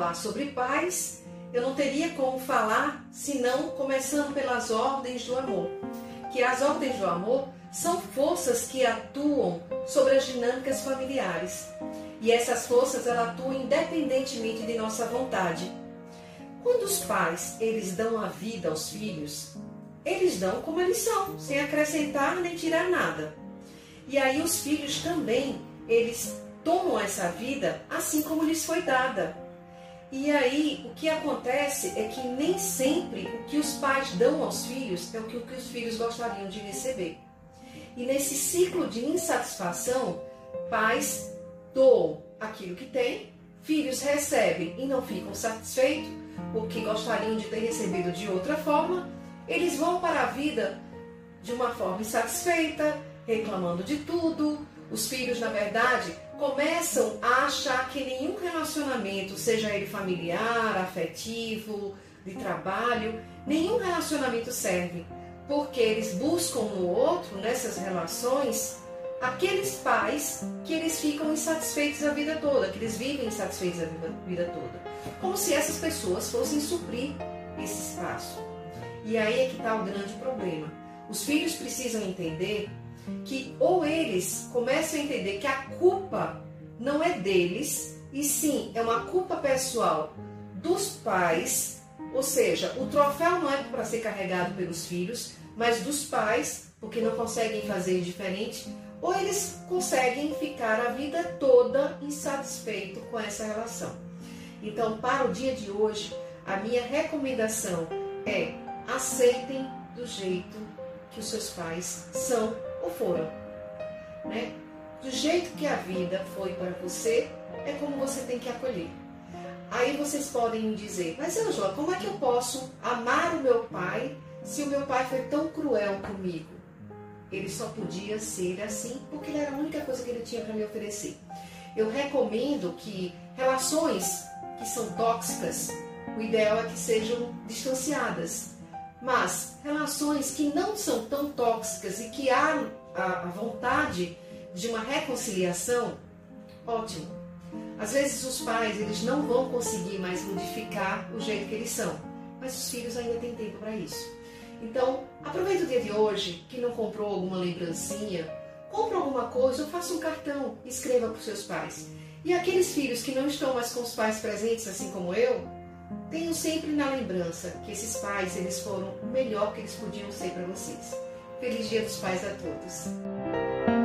falar sobre pais, eu não teria como falar senão começando pelas ordens do amor. Que as ordens do amor são forças que atuam sobre as dinâmicas familiares. E essas forças elas atuam independentemente de nossa vontade. Quando os pais eles dão a vida aos filhos, eles dão como eles são, sem acrescentar nem tirar nada. E aí os filhos também, eles tomam essa vida assim como lhes foi dada. E aí o que acontece é que nem sempre o que os pais dão aos filhos é o que os filhos gostariam de receber. E nesse ciclo de insatisfação, pais doam aquilo que têm, filhos recebem e não ficam satisfeitos, porque gostariam de ter recebido de outra forma, eles vão para a vida de uma forma insatisfeita, reclamando de tudo. Os filhos, na verdade, começam a achar que nenhum relacionamento, seja ele familiar, afetivo, de trabalho, nenhum relacionamento serve, porque eles buscam no outro, nessas relações, aqueles pais que eles ficam insatisfeitos a vida toda, que eles vivem insatisfeitos a vida toda, como se essas pessoas fossem suprir esse espaço. E aí é que está o grande problema. Os filhos precisam entender que ou eles começam a entender que a culpa não é deles, e sim é uma culpa pessoal dos pais, ou seja, o troféu não é para ser carregado pelos filhos, mas dos pais, porque não conseguem fazer diferente, ou eles conseguem ficar a vida toda insatisfeito com essa relação. Então, para o dia de hoje, a minha recomendação é: aceitem do jeito que os seus pais são ou foram, né? Do jeito que a vida foi para você, é como você tem que acolher. Aí vocês podem me dizer: mas Ângela, como é que eu posso amar o meu pai se o meu pai foi tão cruel comigo? Ele só podia ser assim porque ele era a única coisa que ele tinha para me oferecer. Eu recomendo que relações que são tóxicas, o ideal é que sejam distanciadas. Mas relações que não são tão tóxicas e que há a vontade de uma reconciliação, ótimo. Às vezes os pais eles não vão conseguir mais modificar o jeito que eles são, mas os filhos ainda têm tempo para isso. Então, aproveita o dia de hoje, que não comprou alguma lembrancinha, compra alguma coisa ou faça um cartão e escreva para os seus pais. E aqueles filhos que não estão mais com os pais presentes, assim como eu, tenham sempre na lembrança que esses pais eles foram o melhor que eles podiam ser para vocês. Feliz Dia dos Pais a todos!